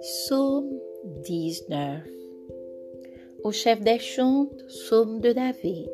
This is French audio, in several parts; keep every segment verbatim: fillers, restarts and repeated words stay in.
Psaume dix-neuf. Au chef des chants, psaume de David.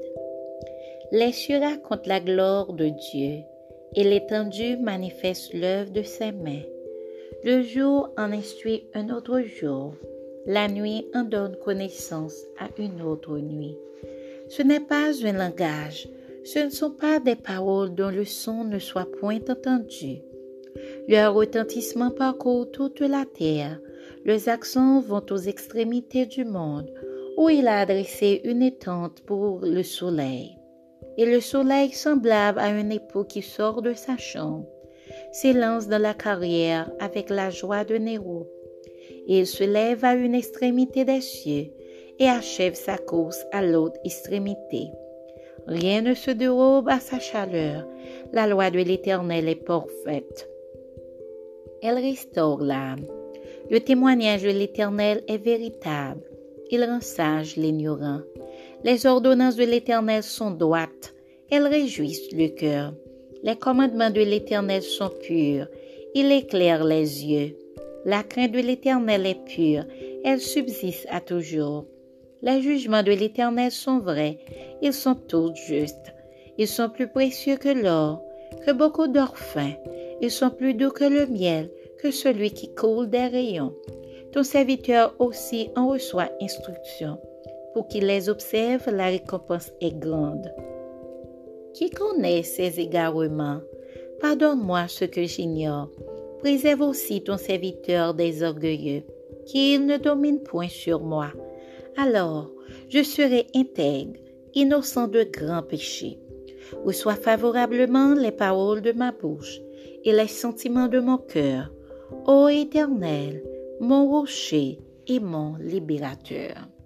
Les cieux racontent la gloire de Dieu, et l'étendue manifeste l'œuvre de ses mains. Le jour en instruit un autre jour, la nuit en donne connaissance à une autre nuit. Ce n'est pas un langage, ce ne sont pas des paroles dont le son ne soit point entendu. Leur retentissement parcourt toute la terre, leurs accents vont aux extrémités du monde, où il a dressé une étente pour le soleil. Et le soleil, semblable à un époux qui sort de sa chambre, s'élance dans la carrière avec la joie d'un héros. Il se lève à une extrémité des cieux et achève sa course à l'autre extrémité. Rien ne se dérobe à sa chaleur, la loi de l'Éternel est parfaite. Elle restaure l'âme. Le témoignage de l'Éternel est véritable. Il rend sage l'ignorant. Les ordonnances de l'Éternel sont droites. Elles réjouissent le cœur. Les commandements de l'Éternel sont purs. Il éclaire les yeux. La crainte de l'Éternel est pure. Elle subsiste à toujours. Les jugements de l'Éternel sont vrais. Ils sont tous justes. Ils sont plus précieux que l'or, que beaucoup d'or fin. Ils sont plus doux que le miel, que celui qui coule des rayons. Ton serviteur aussi en reçoit instruction. Pour qu'il les observe, la récompense est grande. Qui connaît ses égarements? Pardonne-moi ce que j'ignore. Préserve aussi ton serviteur des orgueilleux, qu'il ne domine point sur moi. Alors, je serai intègre, innocent de grands péchés. Reçois favorablement les paroles de ma bouche et les sentiments de mon cœur, ô Éternel, mon rocher et mon libérateur.